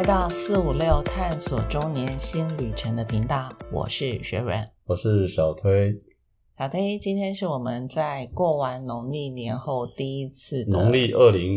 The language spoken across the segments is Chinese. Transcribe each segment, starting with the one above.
来到456探索中年新旅程的频道，我是学软， 我是小推。 小推，今天是我们在过完农历年后第一次的农历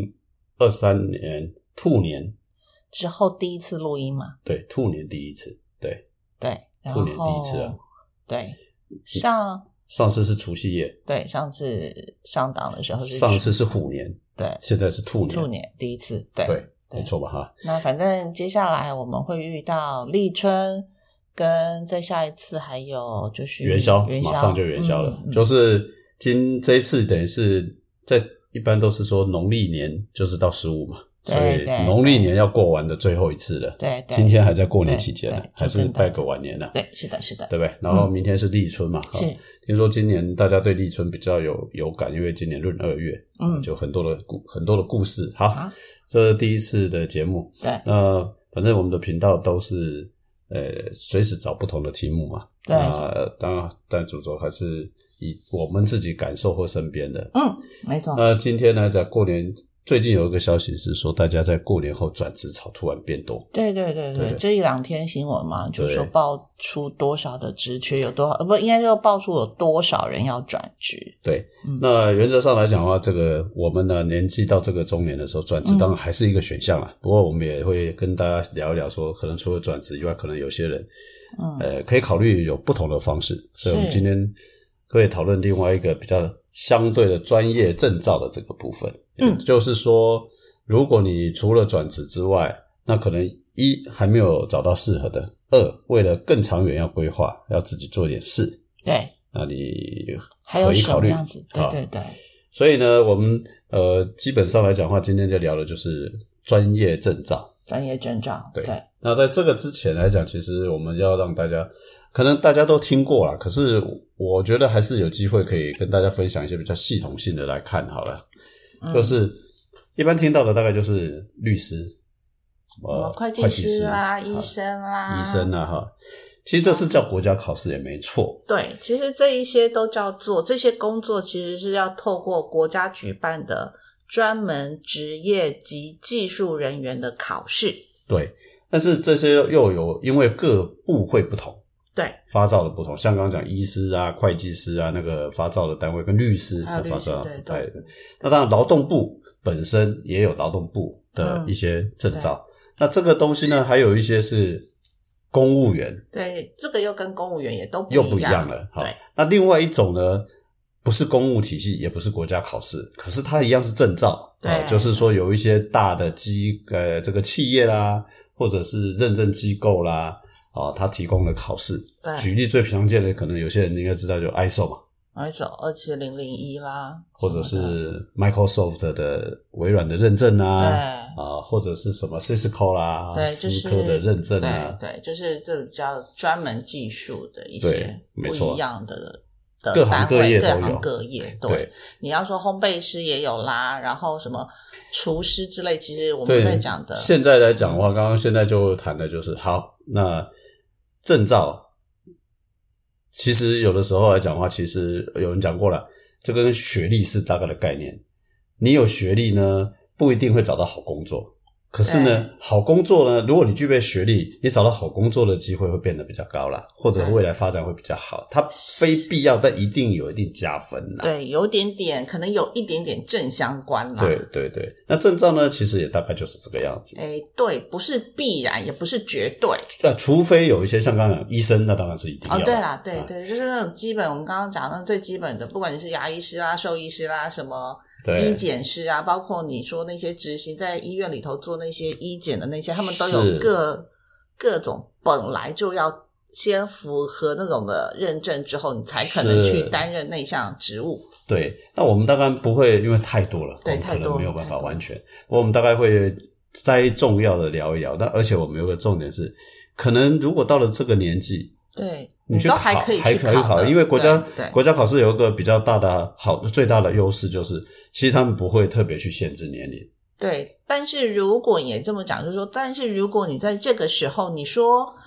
2023年兔年之后第一次录音嘛？ 对，兔年第一次，对， 然后兔年第一次啊， 对， 上次是除夕夜， 对，上次上档的时候是上次是虎年， 对， 现在是兔年， 兔年第一次，对， 没错吧哈。 那反正接下来我们会遇到立春，跟再下一次还有就是元宵，马上就元宵了，就是这一次等于是在一般都是说农历年就是到15嘛，所以农历年要过完的最后一次了。 对， 今天还在过年期间呢，还是拜个晚年呢。 对，是的， 对不对？然后明天是立春嘛， 是。 听说今年大家对立春比较有感，因为今年闰2月，就很多的故事。好，这是第一次的节目。 对， 那反正我们的频道都是随时找不同的题目嘛。 对， 当然，但主轴还是以我们自己感受或身边的。 没错。 那今天呢，在过年。最近有一个消息是说，大家在过年后转职潮突然变多。 对，这一两天新闻嘛，就说爆出多少的职缺，有多少不应该说爆出有多少人要转职。 对，那原则上来讲的话，这个我们呢年纪到这个中年的时候，转职当然还是一个选项啦。不过我们也会跟大家聊一聊说，可能除了转职以外，可能有些人可以考虑有不同的方式。所以我们今天可以讨论另外一个比较相对的专业证照的这个部分。就是说如果你除了转职之外，那可能一还没有找到适合的，二为了更长远要规划，要自己做点事。 对， 那你还有可以考虑。 什么样子？对。 所以呢，我们基本上来讲的话，今天就聊的就是专业证照。对。那在这个之前来讲，其实我们要让大家，可能大家都听过啦，可是我觉得还是有机会可以跟大家分享一些比较系统性的来看好了。就是一般听到的大概就是律师、 会计师啦、医生啦哈。其实这是叫国家考试也没错。 对，其实这一些都叫做这些工作其实是要透过国家举办的专门职业及技术人员的考试。 对，但是这些又有因为各部会不同。 对， 发照的不同，像刚刚讲医师啊、会计师啊，那个发照的单位跟律师的发照不太一样。那当然劳动部本身也有劳动部的一些证照。那这个东西呢，还有一些是公务员。对， 这个又跟公务员也都又不一样了。好，那另外一种呢，不是公务体系，也不是国家考试，可是它一样是证照。对，就是说有一些大的这个企业啦，或者是认证机构啦。他提供的考试，举例最常见的，可能有些人应该知道，就 ISO 嘛 ，ISO 27001啦， 或者是 Microsoft 的微软的认证啊，或者是什么 Cisco 啦，思科的认证啊， 对，就是这比较专门技术的一些不一样的各行各业都有， 各行各业。对，你要说烘焙师也有啦，然后什么厨师之类，其实我们在讲的。 现在来讲的话，刚刚现在就谈的就是好，那证照其实有的时候来讲的话，其实有人讲过了，这跟学历是大概的概念。你有学历呢，不一定会找到好工作。可是呢，好工作呢，如果你具备学历，你找到好工作的机会会变得比较高啦，或者未来发展会比较好。它非必要，但一定有一定加分啦。 对，有点点，可能有一点点正相关啦。 对。那证照呢，其实也大概就是这个样子。 对，不是必然，也不是绝对。 除非有一些像刚刚讲医生，那当然是一定要的。 对啦，对，就是那种基本，我们刚刚讲的最基本的，不管你是牙医师啦、兽医师啦、什么医检师啊，包括你说那些执行在医院里头做那些医检的那些，他们都有各种本来就要先符合那种的认证之后，你才可能去担任那项职务。 对，那我们大概不会，因为太多了，对，可能没有办法完全。不过我们大概会摘重要的聊一聊。但而且我们有个重点是，可能如果到了这个年纪， 对， 你去考还可以考， 因为国家考试有一个比较大的最大的优势就是，其实他们不会特别去限制年龄。对， 但是如果也这么讲，就是说，但是如果你在这个时候，你说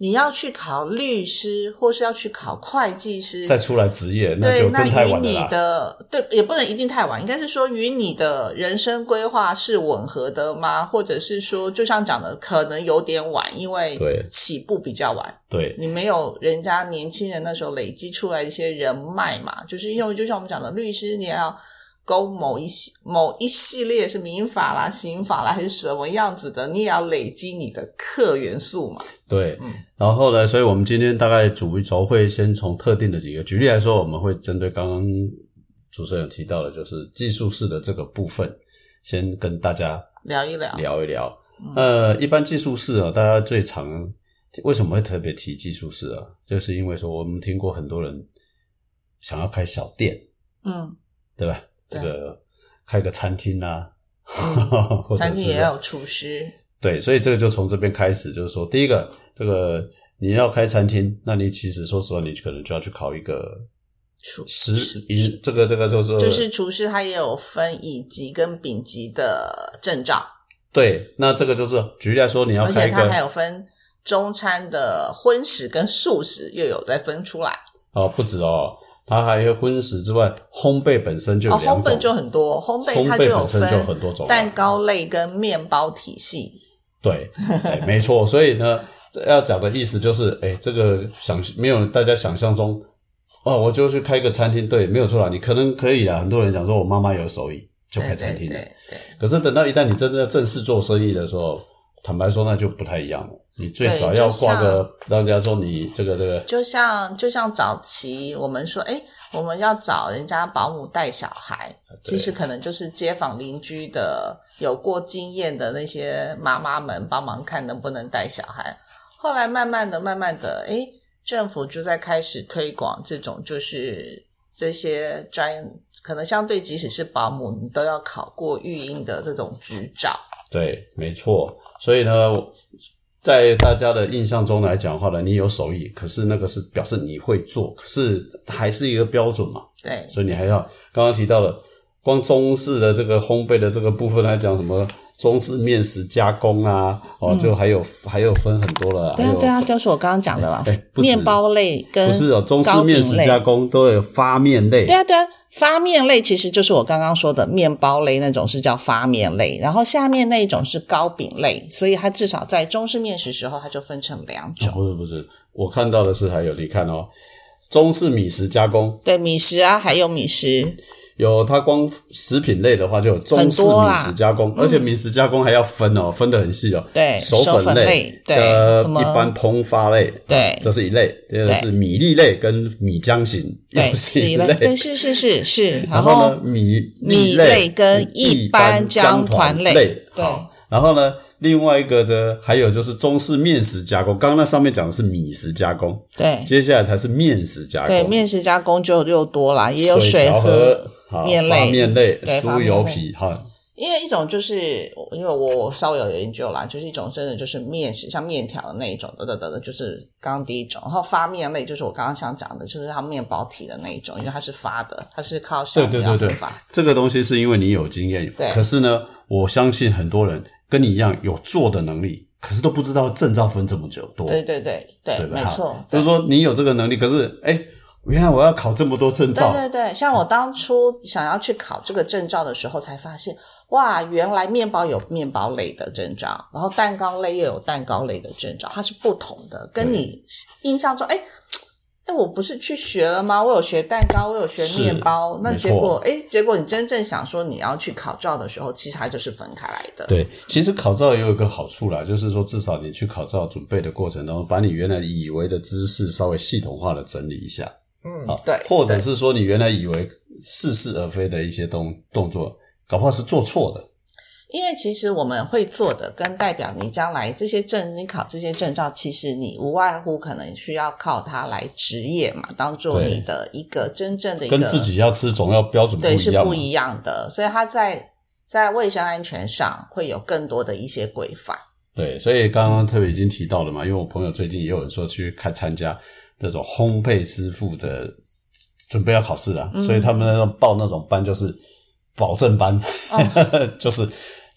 你要去考律师或是要去考会计师再出来职业，那就真太晚了啦。对，那与你的对也不能一定太晚，应该是说与你的人生规划是吻合的吗？或者是说就像讲的可能有点晚，因为起步比较晚。 对， 你没有人家年轻人那时候累积出来一些人脉嘛，就是因为就像我们讲的律师你也要勾某一系列是民法啦、刑法啦还是什么样子的，你也要累积你的客元素嘛。 对，然后呢，所以我们今天大概主轴会先从特定的几个，举例来说，我们会针对刚刚主持人提到的，就是技术式的这个部分，先跟大家聊一聊。一般技术式大家最常为什么会特别提技术式就是因为说我们听过很多人想要开小店，对吧？这个开个餐厅啊，或者是餐厅也要有厨师。 对，所以这个就从这边开始，就是说，第一个，这个你要开餐厅，那你其实说实话，你可能就要去考一个这个就是厨师，他也有分乙级跟丙级的证照。 对，那这个就是举例来说，你要开一个， 而且他还有分中餐的荤食跟素食，又有再分出来。 不止它还有荤食之外，烘焙本身就有两种， 烘焙就很多，烘焙它就有分烘焙本身就很多种， 蛋糕类跟面包体系。 对，没错。所以呢，要讲的意思就是，这个没有大家想象中，我就去开个餐厅，对，没有错啦，你可能可以啦。很多人讲说我妈妈有手艺就开餐厅了，对。可是等到一旦你真正正式做生意的时候，坦白说那就不太一样了。你最少要挂个让人家说你这个就像早期我们说我们要找人家保姆带小孩，其实可能就是街坊邻居的有过经验的那些妈妈们帮忙看能不能带小孩。后来慢慢的政府就在开始推广这种就是这些可能相对即使是保姆你都要考过育婴的这种执照。 对，没错。所以呢，在大家的印象中来讲的话呢，你有手艺，可是那个是表示你会做，可是还是一个标准嘛。 对， 所以你还要刚刚提到了，光中式的这个烘焙的这个部分来讲，什么中式面食加工啊，就还有分很多了。 对啊，就是我刚刚讲的嘛。面包类跟不是中式面食加工都有发面类。 对啊，发面类其实就是我刚刚说的面包类那种是叫发面类，然后下面那一种是糕饼类，所以它至少在中式面食时候它就分成两种。 不是，我看到的是还有你看中式米食加工。 对，米食啊，还有米食。 有它光食品类的话就有中式米食加工，而且米食加工还要分分得很细对， 手粉类， 对， 一般烹发类， 对， 这是一类。第二个是米粒类跟米浆型， 对，是一类，对，是。 然后呢，米类跟一般浆团类，好，然后呢，另外一个呢，还有就是中式面食加工，刚刚那上面讲的是米食加工， 对， 接下来才是面食加工， 对，面食加工就又多啦，也有水和面类、 发面类、酥油皮哈。 因为一种就是因为我稍微有研究啦，就是一种真的就是面食，像面条的那一种就是刚刚第一种，然后发面类就是我刚刚想讲的，就是它面包体的那一种，因为它是发的，它是靠橡皮要发。 这个东西是因为你有经验，可是呢，我相信很多人跟你一样有做的能力，可是都不知道证照分这么久多。 对，没错。 就是说你有这个能力，可是原来我要考这么多证照。 对，像我当初想要去考这个证照的时候才发现，哇，原来面包有面包类的证照，然后蛋糕类又有蛋糕类的证照，它是不同的，跟你印象中我不是去学了吗？我有学蛋糕，我有学面包，那结果你真正想说你要去考照的时候，其实它就是分开来的。 对，其实考照也有一个好处啦，就是说至少你去考照准备的过程当中，把你原来以为的知识稍微系统化的整理一下。 对， 或者是说你原来以为似是而非的一些动作，搞不好是做错的。 因为其实我们会做的跟代表你将来你考这些证照，其实你无外乎可能需要靠它来职业嘛，当做你的一个真正的一个跟自己要吃总要标准不一样， 对，是不一样的，所以它在卫生安全上会有更多的一些规范。 对，所以刚刚特别已经提到了嘛，因为我朋友最近也有人说去参加这种烘焙师傅的准备要考试了，所以他们报那种班就是保证班，就是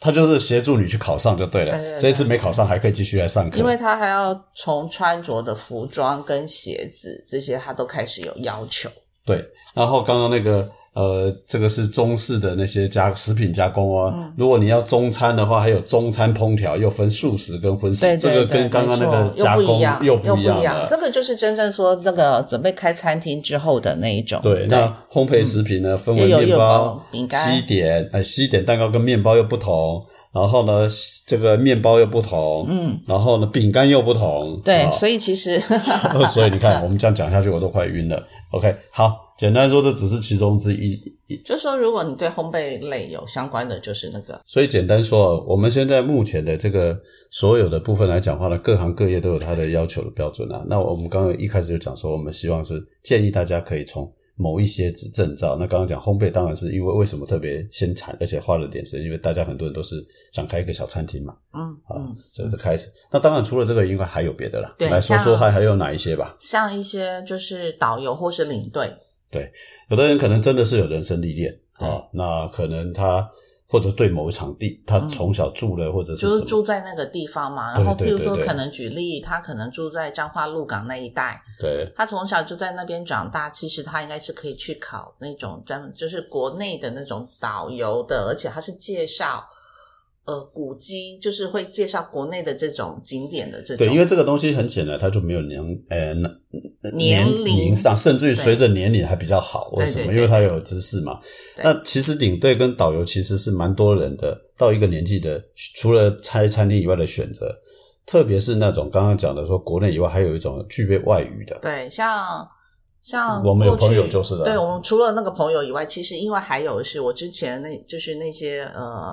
他就是协助你去考上就对了。 对， 这一次没考上还可以继续来上课， 因为他还要从穿着的服装跟鞋子这些他都开始有要求。 对，然后刚刚那个这个是中式的那些食品加工哦。如果你要中餐的话，还有中餐烹调，又分素食跟荤食， 对， 这个跟刚刚那个加工又不一样了。 这个就是真正说那个准备开餐厅之后的那一种。 对，那烘焙食品呢，分为面包、 饼干、 西点蛋糕跟面包又不同。然后呢，这个面包又不同，然后呢，饼干又不同， 对，所以其实， 所以你看，我们这样讲下去，我都快晕了。OK， 好，简单说，这只是其中之一。 就说，如果你对烘焙类有相关的，就是那个。 所以简单说，我们现在目前的这个所有的部分来讲话呢，各行各业都有它的要求的标准啊。那我们刚刚一开始就讲说，我们希望是建议大家可以从某一些证照，那刚刚讲烘焙当然是因为什么特别先产，而且花了点时间，因为大家很多人都是想开一个小餐厅嘛，这是开始。那当然除了这个以外还有别的啦，来说说还有哪一些吧。 像一些就是导游或是领队， 对，有的人可能真的是有人生历练那可能他或者对某场地他从小住了或者是什么就是住在那个地方嘛，然后譬如说可能举例他可能住在彰化鹿港那一带， 对， 他从小就在那边长大，其实他应该是可以去考那种就是国内的那种导游的，而且他是介绍古迹，就是会介绍国内的这种景点的这种。 对，因为这个东西很显然它就没有年龄上，甚至于随着年龄还比较好。为什么？因为它有知识嘛。那其实领队跟导游其实是蛮多人的，到一个年纪的，除了开餐厅以外的选择，特别是那种刚刚讲的说国内以外还有一种具备外语的。 对，像我们有朋友就是的。 对，我们除了那个朋友以外，其实因为还有是我之前就是那些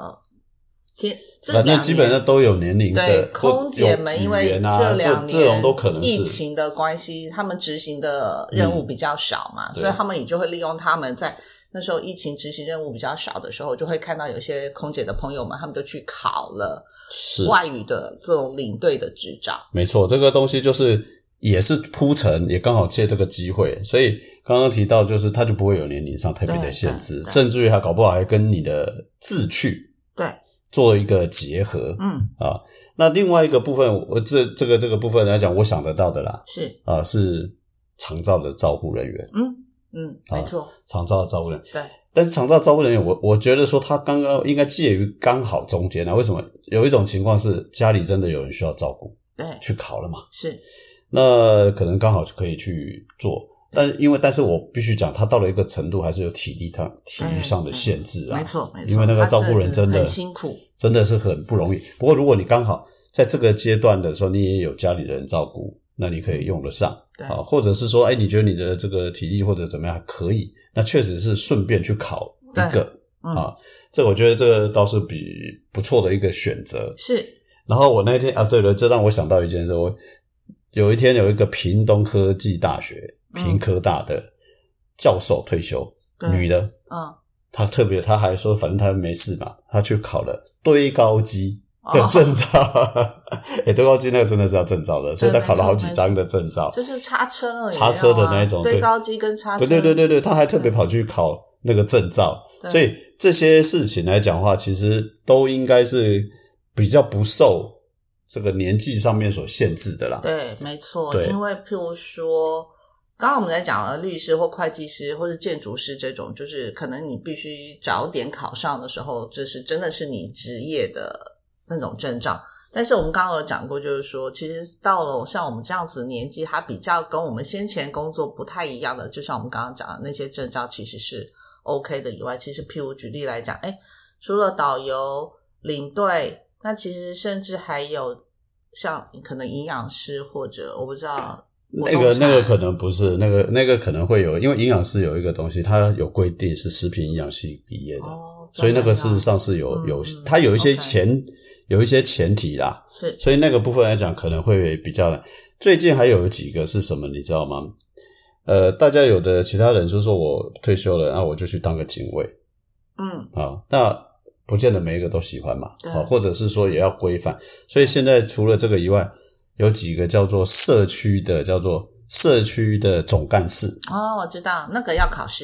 反正基本上都有年龄的， 对，空姐们因为这2年这种都可能是疫情的关系，他们执行的任务比较少嘛，所以他们也就会利用他们在那时候疫情执行任务比较少的时候，就会看到有些空姐的朋友们，他们就去考了外语的这种领队的执照。 没错，这个东西就是也是铺陈，也刚好借这个机会，所以刚刚提到就是它就不会有年龄上特别的限制，甚至于它搞不好还跟你的志趣对做一个结合。那另外一个部分，这个部分来讲，我想得到的啦，是长照的照护人员。 没错， 长照的照护人员。 对， 但是长照照护人员，我觉得说他刚刚应该介于刚好中间啊。为什么？有一种情况是家里真的有人需要照顾， 对， 去考了嘛， 是， 那可能刚好就可以去做。但是我必须讲，他到了一个程度，还是有体力上的限制啊。 没错， 因为那个照顾人真的很辛苦， 真的是很不容易。不过如果你刚好在这个阶段的时候，你也有家里的人照顾，那你可以用得上。或者是说，你觉得你的这个体力或者怎么样可以，那确实是顺便去考一个这我觉得这个倒是比不错的一个选择。 是。 然后我那天对了，这让我想到一件事，我有一天有一个屏东科技大学屏科大的教授退休，女的，她还说反正她没事嘛，她去考了堆高机的证照。堆高机那个真的是要证照的，所以她考了好几张的证照， 就是叉车而已， 叉车的那一种， 堆高机跟叉车， 对，她还特别跑去考那个证照。所以这些事情来讲的话，其实都应该是比较不受这个年纪上面所限制的啦。 对，没错，因为譬如说刚刚我们在讲律师或会计师或是建筑师这种，就是可能你必须早点考上的时候，就是真的是你职业的那种证照。但是我们刚刚有讲过，就是说其实到了像我们这样子的年纪，它比较跟我们先前工作不太一样的，就像我们刚刚讲的那些证照其实是 OK 的以外，其实譬如举例来讲，除了导游领队，那其实甚至还有像可能营养师，或者我不知道那个可能不是，那个可能会有，因为营养师有一个东西，它有规定是食品营养系毕业的，所以那个事实上是它有一些有一些前提啦， 是， 所以那个部分来讲可能会比较难。最近还有几个是什么你知道吗？大家有的其他人就说我退休了，那我就去当个警卫，那不见得每一个都喜欢嘛，或者是说也要规范。所以现在除了这个以外，有几个叫做社区的总干事。 我知道那个要考试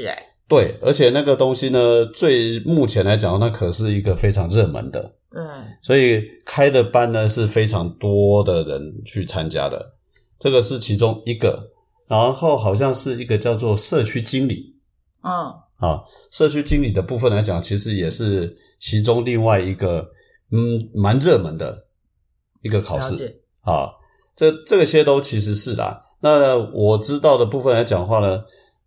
对，而且那个东西呢，目前来讲，那可是一个非常热门的。 对， 所以开的班呢是非常多的人去参加的，这个是其中一个。然后好像是一个叫做社区经理。社区经理的部分来讲，其实也是其中另外一个蛮热门的一个考试啊。这些都其实是啦。那我知道的部分来讲的话呢，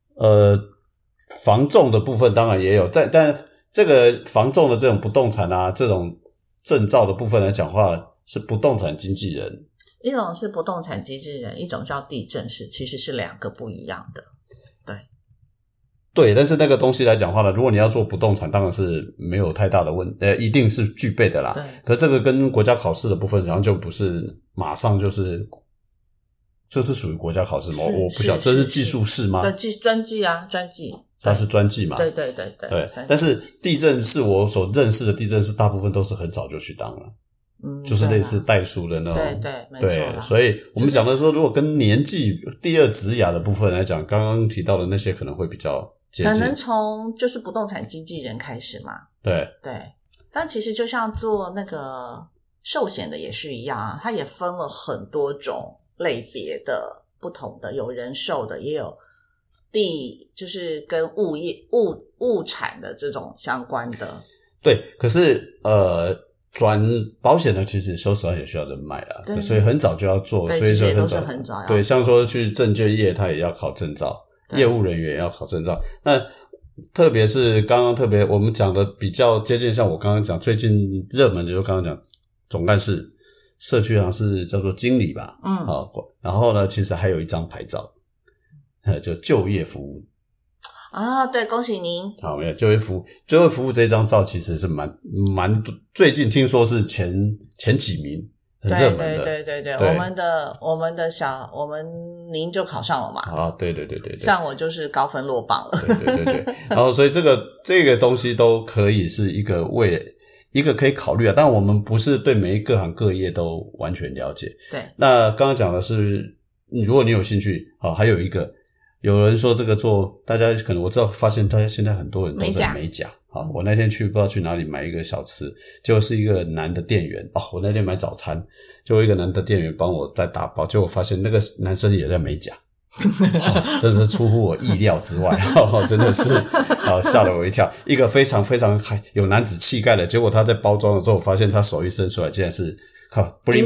房仲的部分当然也有，但这个房仲的这种不动产啊，这种证照的部分来讲的话，是不动产经纪人。 一种是不动产经纪人，一种叫地政士，其实是两个不一样的。 对，但是那个东西来讲的话呢，如果你要做不动产，当然是没有太大的一定是具备的啦。 对。 可这个跟国家考试的部分，好像就不是马上就是这是属于国家考试吗？我不晓得，这是技术士吗？ 对，专技啊，专技。 它是专技嘛？ 对。 但是地政是我所认识的地政是大部分都是很早就去当了。就是类似代书的那种。 对，没错。 对，所以我们讲的说，如果跟年纪第二职涯的部分来讲，刚刚提到的那些可能会比较接近。 可能从就是不动产经纪人开始嘛。 对。 但其实就像做那个寿险的也是一样啊，它也分了很多种类别的不同的，有人寿的，也有就是跟物产的这种相关的。 对，可是转保险呢，其实说实话也需要人脉啦，所以很早就要做，所以说很早对，像说去证券业，他也要考证照，业务人员也要考证照。那特别是刚刚我们讲的比较接近，像我刚刚讲最近热门的，就刚刚讲总干事、社区好像是叫做经理吧，然后呢，其实还有一张牌照，就就业服务。 对，恭喜您。 好，没有就业服务这张照其实是蛮最近听说是前几名，很热门的。 对，我们您就考上了嘛。 对， 像我就是高分落榜了。 对。然后所以这个东西都可以是一个可以考虑啊，但我们不是对每一各行各业都完全了解。 对。 那刚刚讲的是，如果你有兴趣，还有一个。有人说这个大家可能我知道发现大家现在很多人都在美甲。我那天不知道去哪里买一个小吃，就是一个男的店员我那天买早餐，就一个男的店员帮我在打包，结果发现那个男生也在美甲。真是出乎我意料之外。真的是吓了我一跳，一个非常非常有男子气概的，结果他在包装的时候发现他手一伸出来竟然是bling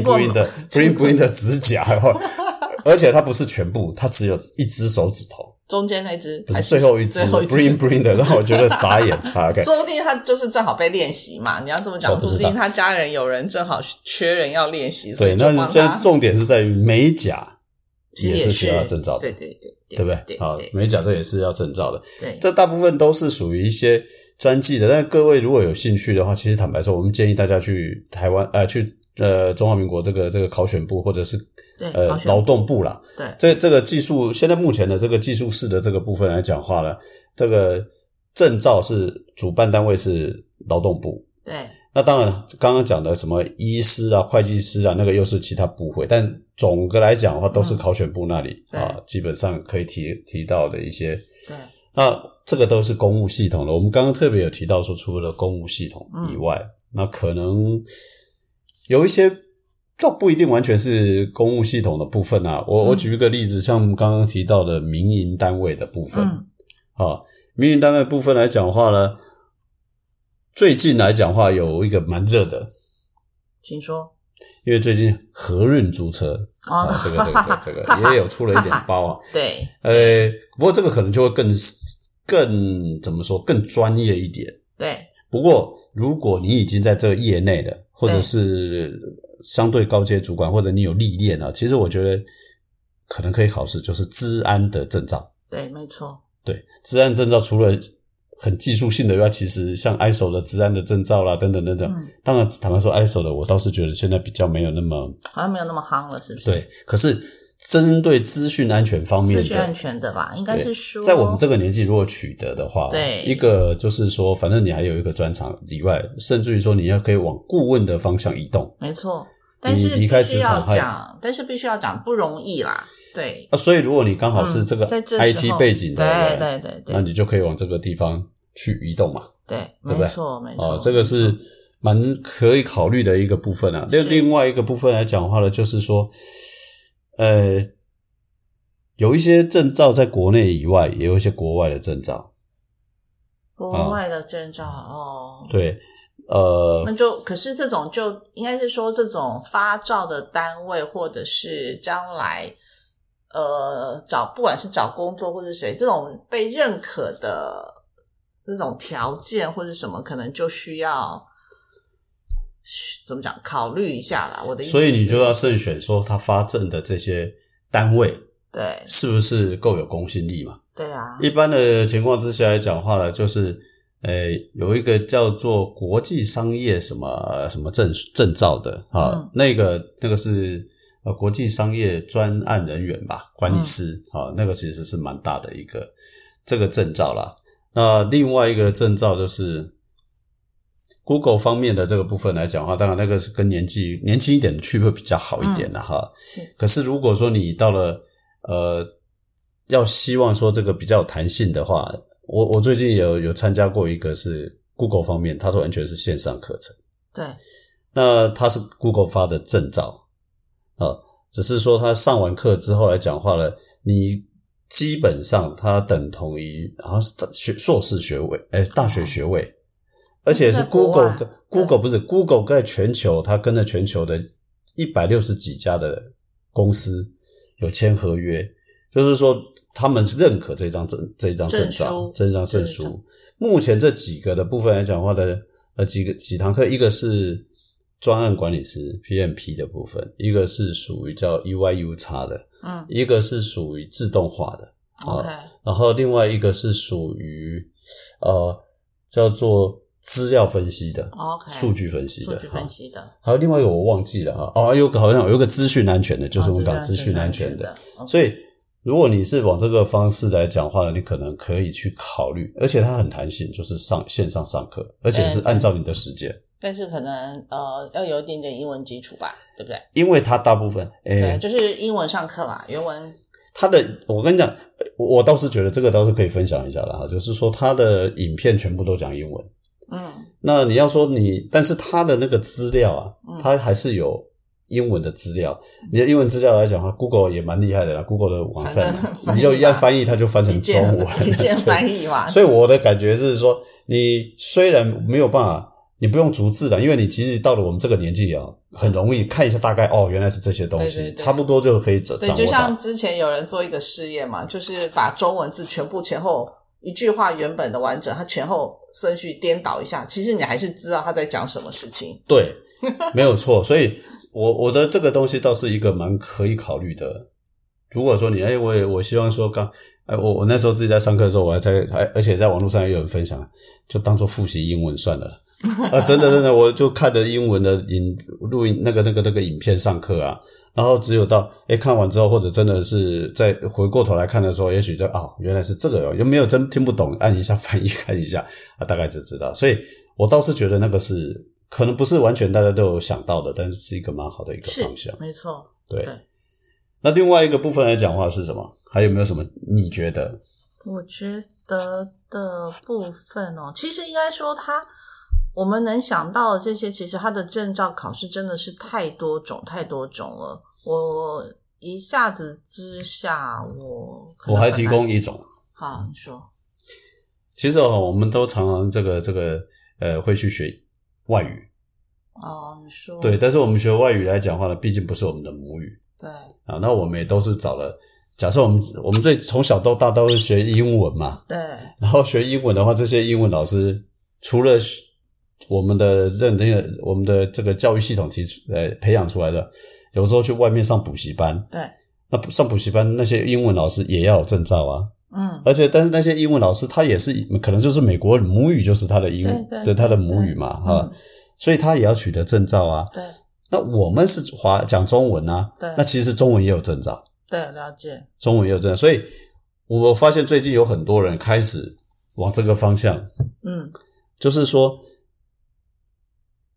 bling 的指甲。而且它不是全部，它只有一只手指头， 中间那只不是最后一只 bling 的，让我觉得傻眼。OK， 说不定他就是正好被练习嘛。你要这么讲，说不定他家人有人正好缺人要练习，所以就帮他。 对，那现在重点是在于美甲也是需要证照的，对不对？好，美甲这也是要证照的。 对， 这大部分都是属于一些专技的。但各位如果有兴趣的话，其实坦白说，我们建议大家去台湾去中华民国这个考选部或者是劳动部啦。 对， 这个技术现在目前的这个技术士的这个部分来讲话呢，这个证照是主办单位是劳动部。 对， 那当然刚刚讲的什么医师啊、会计师啊，那个又是其他部会，但总的来讲的话都是考选部那里基本上可以提到的一些。 对， 那这个都是公务系统的。我们刚刚特别有提到说，除了公务系统以外，那可能有一些倒不一定完全是公务系统的部分啊。我举一个例子，像刚刚提到的民营单位的部分。民营单位部分来讲的话呢，最近来讲的话有一个蛮热的， 请说。 因为最近和润租车这个也有出了一点包啊。 对， 不过这个可能就会更怎么说，更专业一点。 对， 不过如果你已经在这个业内的，或者是相对高阶主管，或者你有历练啊，其实我觉得可能可以考试，就是资安的证照。 对，没错。对， 资安证照除了很技术性的以外，其实像 ISO 的资安的证照啦等等等等，当然坦白说 ISO 的我倒是觉得现在比较没有那么好像没有那么夯了，是不是？ 对，可是针对资讯安全方面的， 资讯安全的吧，应该是说在我们这个年纪如果取得的话， 对， 一个就是说反正你还有一个专长以外，甚至于说你要可以往顾问的方向移动。 没错， 你离开职场， 但是必须要讲不容易啦。对所以如果你刚好是这个 IT 背景的人， 对， 那你就可以往这个地方去移动嘛。 对， 对不对？ 没错， 这个是蛮可以考虑的一个部分啊。另外一个部分来讲的话呢，就是说，有一些证照在国内以外，也有一些国外的证照。 国外的证照对， 那就可是这种就应该是说，这种发照的单位或者是将来不管是找工作或者谁，这种被认可的这种条件或者什么，可能就需要怎么讲考虑一下啦。我的意思是， 所以你就要慎选说他发证的这些单位， 对， 是不是够有公信力嘛？ 对啊。一般的情况之下来讲话呢，就是有一个叫做国际商业什么什么证照的那个是国际商业专案人员吧，管理师那个其实是蛮大的一个这个证照啦。那另外一个证照就是 Google 方面的这个部分来讲的话，当然那个是跟年轻一点的去会比较好一点啦可是如果说你到了要希望说这个比较有弹性的话，我最近有参加过一个是 Google 方面，它说完全是线上课程。 对。 那它是 Google 发的证照只是说它上完课之后来讲话呢，你基本上它等同于好像是硕士学位大学学位，而且是 Google 不是 Google 在全球，它跟着全球的160几家的公司有签合约，就是说他们认可这张证照，这张证书。目前这几个的部分来讲的话的几堂课，一个是专案管理师 PMP 的部分，一个是属于叫 UIUX 的，一个是属于自动化的 ，OK， 然后另外一个是属于叫做资料分析的， OK， 数据分析的，还有另外一个我忘记了好像有一个资讯安全的，就是我们讲资讯安全的，所以如果你是往这个方式来讲话呢，你可能可以去考虑，而且它很弹性，就是线上上课，而且是按照你的时间。 但是可能要有一点点英文基础吧，对不对？ 因为它大部分对，就是英文上课啦，原文。 我跟你讲，我倒是觉得这个倒是可以分享一下啦，就是说它的影片全部都讲英文。那你要说但是它的那个资料它还是有英文的资料。你的英文资料来讲的话 ，Google 也蛮厉害的啦 ，Google 的网站你就一按翻译，它就翻成中文， 一键翻译嘛。 所以我的感觉是说，你虽然没有办法，你不用逐字的，因为你其实到了我们这个年纪很容易看一下大概原来是这些东西，对，差不多就可以掌握到。 对，就像之前有人做一个试验嘛，就是把中文字全部前后一句话原本的完整，它前后顺序颠倒一下，其实你还是知道他在讲什么事情。 对，没有错。所以我的这个东西倒是一个蛮可以考虑的。如果说你我希望说我那时候自己在上课的时候，而且在网络上也有人分享，就当做复习英文算了。真的，我就看着英文的录音那个影片上课然后只有到看完之后，或者真的是再回过头来看的时候，也许就原来是这个又没有真听不懂，按一下翻译看一下大概就知道。所以我倒是觉得那个是可能不是完全大家都有想到的，但是是一个蛮好的一个方向。 没错， 对。那另外一个部分来讲的话是什么？还有没有什么你觉得？ 我觉得的部分其实应该说我们能想到的这些，其实它的证照考试真的是太多种了。我一下子之下，我还提供一种。 好，你说。 其实我们都常常这个会去学外语。 你说。对， 但是我们学外语来讲的话呢，毕竟不是我们的母语。 对。 那我们也都是找了。假设我们从小到大都是学英文嘛。 对。 然后学英文的话，这些英文老师除了我们的这个教育系统培养出来的，有时候去外面上补习班。 对。 那上补习班那些英文老师也要有证照但是那些英文老师他也是可能就是美国母语就是他的对他的母语嘛所以他也要取得证照对。 那我们是讲中文对。 那其实中文也有证照。 对，了解。 中文也有证照，所以我发现最近有很多人开始往这个方向就是说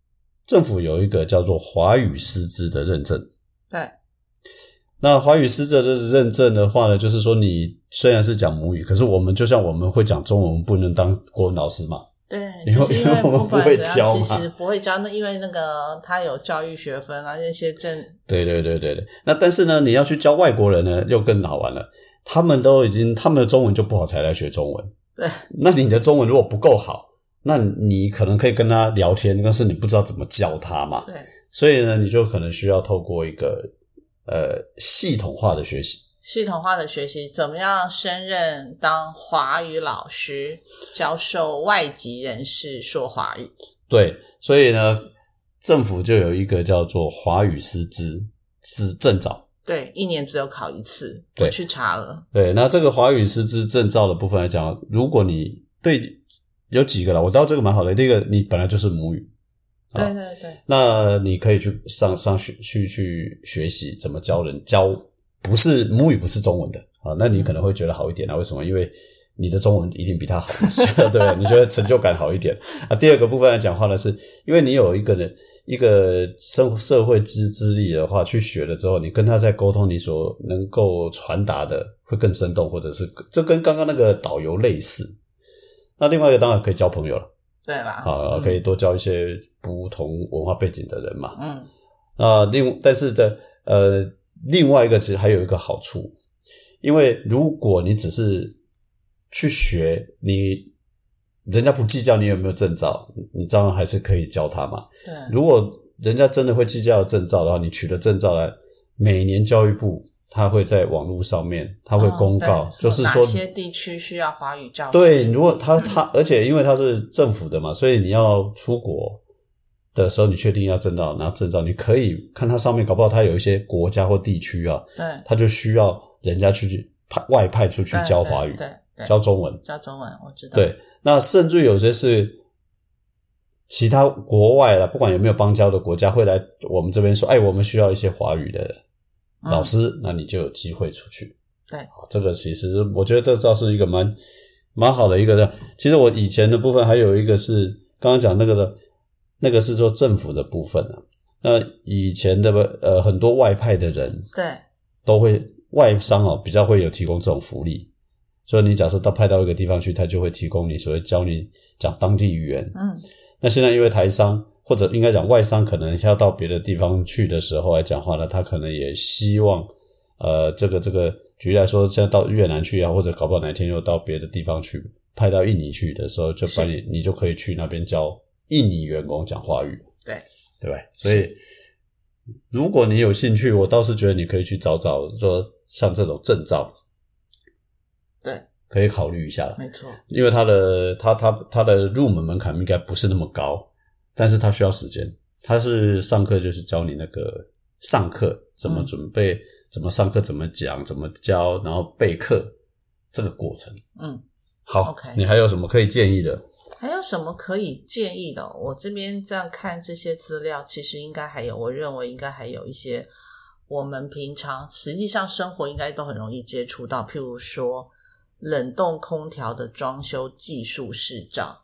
政府有一个叫做华语师资的认证。 对。 那华语师资的认证的话呢，就是说你虽然是讲母语，可是我们就像我们会讲中文，我们不能当国文老师嘛。 对， 因为我们不会教嘛。 其实不会教，那因为那个他有教育学分啊，那些对。那但是呢，你要去教外国人呢，又更好玩了。他们的中文就不好才来学中文。 对。 那你的中文如果不够好，那你可能可以跟他聊天，但是你不知道怎么教他嘛。 对。 所以呢，你就可能需要透过一个系统化的学习， 怎么样胜任当华语老师，教授外籍人士说华语。 对，所以呢，政府就有一个叫做华语师资证照。 对，1年只有考1次，我去查了。 对，那这个华语师资证照的部分来讲，如果你对有几个啦，我知道这个蛮好的。第一个，你本来就是母语。 对， 那你可以去去学习怎么教人，不是母语不是中文的啊，那你可能会觉得好一点啊？为什么？因为你的中文一定比他好，对，你觉得成就感好一点啊。第二个部分来讲话呢，是因为你有一个社会资历的话，去学了之后，你跟他在沟通，你所能够传达的会更生动，或者是这跟刚刚那个导游类似。那另外一个当然可以交朋友了。 对啦， 可以多交一些不同文化背景的人嘛。那但是另外一个其实还有一个好处，因为如果你只是去学，人家不计较你有没有证照，你照样还是可以教他嘛。 对。 如果人家真的会计较证照的话，你取了证照来，每年教育部他会在网络上面，他会公告，就是说哪些地区需要华语教师。 对，如果他而且因为他是政府的嘛，所以你要出国的时候，你确定要拿证照，你可以看他上面，搞不好他有一些国家或地区啊， 对， 他就需要人家去外派出去教华语， 对， 教中文， 我知道。 对，那甚至有些是其他国外啦，不管有没有邦交的国家会来我们这边说，我们需要一些华语的老师，那你就有机会出去。 对， 这个其实我觉得这倒是一个蛮好的一个的。其实我以前的部分还有一个是刚刚讲那个是说政府的部分啊。那以前的很多外派的人， 对， 都会外商比较会有提供这种福利。所以你假设派到一个地方去，他就会提供你所谓教你讲当地语言。那现在因为台商或者应该讲外商可能要到别的地方去的时候来讲话呢，他可能也希望这个举例来说，现在到越南去啊，或者搞不好哪天又到别的地方去，派到印尼去的时候，就把你就可以去那边教印尼员工讲华语。 对不对？所以如果你有兴趣，我倒是觉得你可以去找说像这种证照， 对， 可以考虑一下。 没错， 因为它的入门门槛应该不是那么高，但是它需要时间。它是上课就是教你那个上课怎么准备，怎么上课，怎么讲，怎么教，然后备课这个过程。好， OK， 你还有什么可以建议的？ 还有什么可以建议的？我这边这样看这些资料，其实应该还有，我认为应该还有一些我们平常实际上生活应该都很容易接触到，譬如说冷冻空调的装修技术视照，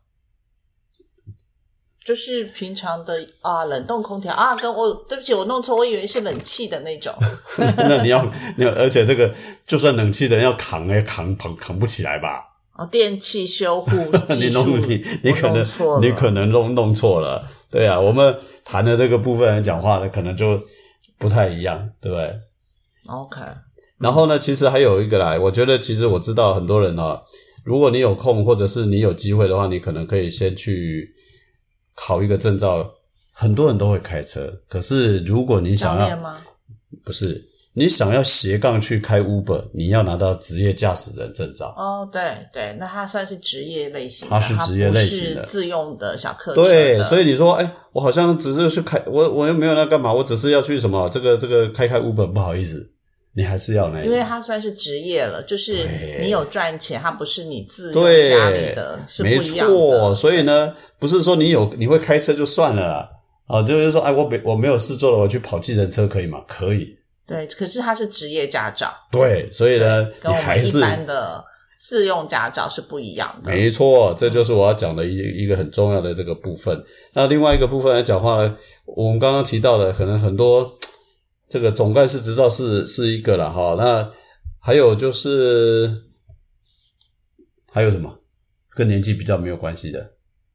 就是平常的冷冻空调对不起，我弄错，我以为是冷气的那种。 那你要，而且这个就算冷气的人要扛不起来吧？ 电器修护技术你可能弄错了。对啊，我们谈的这个部分来讲话呢，可能就不太一样，对不对 ？OK。 然后呢，其实还有一个啦，我觉得其实我知道很多人如果你有空或者是你有机会的话，你可能可以先去考一个证照。很多人都会开车，可是如果你想要，不是。你想要斜杠去开 Uber， 你要拿到职业驾驶人证照。 对，那它算是职业类型的， 它是职业类型的， 它不是自用的小客车的。 对，所以你说，我好像只是去开，我又没有那干嘛，我只是要去什么这个开 Uber， 不好意思，你还是要因为它算是职业了，就是你有赚钱，它不是你自用家里的，是不一样的。 没错，所以呢，不是说你会开车就算了就是说，我没有事做了，我去跑计程车可以吗？可以。 对，可是它是职业驾照。 对，所以呢， 跟我们一般的自用驾照是不一样的。 没错，这就是我要讲的一个很重要的这个部分。那另外一个部分来讲话呢，我们刚刚提到的可能很多这个总干事执照是一个啦齁，那还有就是还有什么跟年纪比较没有关系的？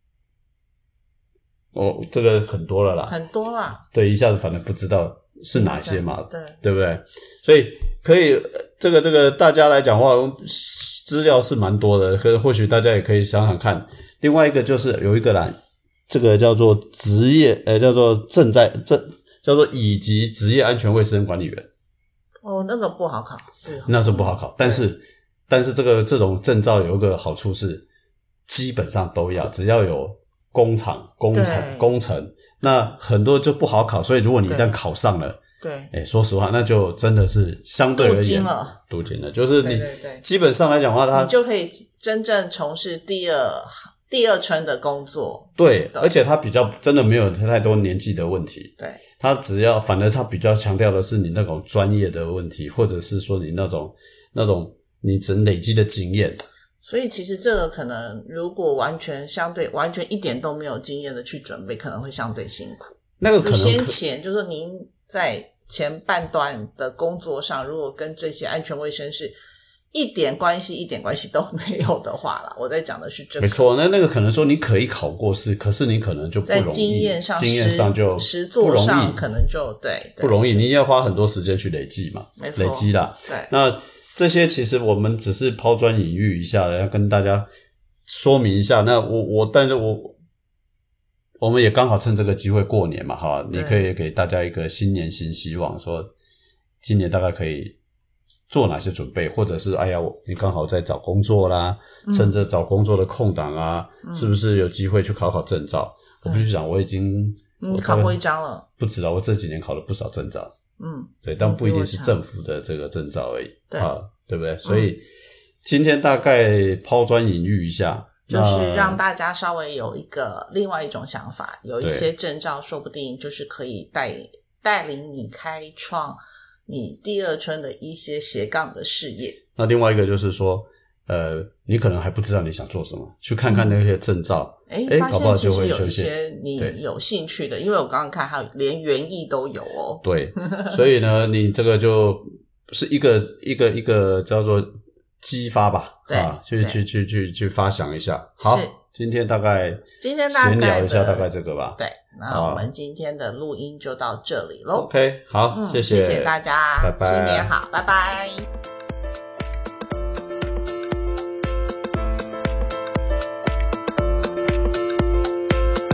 这个很多了啦， 很多啦。 对，一下子反正不知道是哪些嘛， 对不对？所以可以这个大家来讲话，资料是蛮多的，可是或许大家也可以想想看。另外一个就是有一个啦，这个叫做职业叫做叫做乙级职业安全卫生管理员。 那个不好考， 那是不好考，但是这种证照有一个好处是，基本上都要，只要有工程，那很多就不好考，所以如果你一旦考上了， 对， 说实话，那就真的是相对而言镀金了，就是你基本上来讲的话， 你就可以真正从事第二春的工作。 对，而且他比较真的没有太多年纪的问题。 对， 他反而他比较强调的是你那种专业的问题，或者是说你那种你整累积的经验。 所以其实这个可能如果完全一点都没有经验的去准备，可能会相对辛苦。 那个可能先前就是说您在前半段的工作上，如果跟这些安全卫生是一点关系都没有的话啦，我在讲的是这个。 没错，那个可能说你可以考过试，可是你可能就不容易，在经验上就实作上可能就对不容易，你要花很多时间去累积嘛，累积啦。 对， 那这些其实我们只是抛砖引玉一下，要跟大家说明一下。那但是我们也刚好趁这个机会过年嘛，哈，你可以给大家一个新年新希望，说今年大概可以做哪些准备，或者是你刚好在找工作啦，趁着找工作的空档啊，是不是有机会去考证照？我必须讲，我已经考过一张了， 不止了，我这几年考了不少证照。对，但不一定是政府的这个证照而已，对不对？所以今天大概抛砖引玉一下， 就是让大家稍微有另外一种想法，有一些证照说不定就是可以带领你开创你第二春的一些斜杠的事业。 那另外一个就是说你可能还不知道你想做什么，去看看那些证照，搞不好就会有一些你有兴趣的，因为我刚刚看还有连园艺都有哦。 对，所以呢，你这个就是一个叫做激发吧，去发想一下。好，今天大概闲聊一下大概这个吧。 对，那我们今天的录音就到这里咯。 OK， 好，谢谢大家， 拜拜， 新年好，拜拜。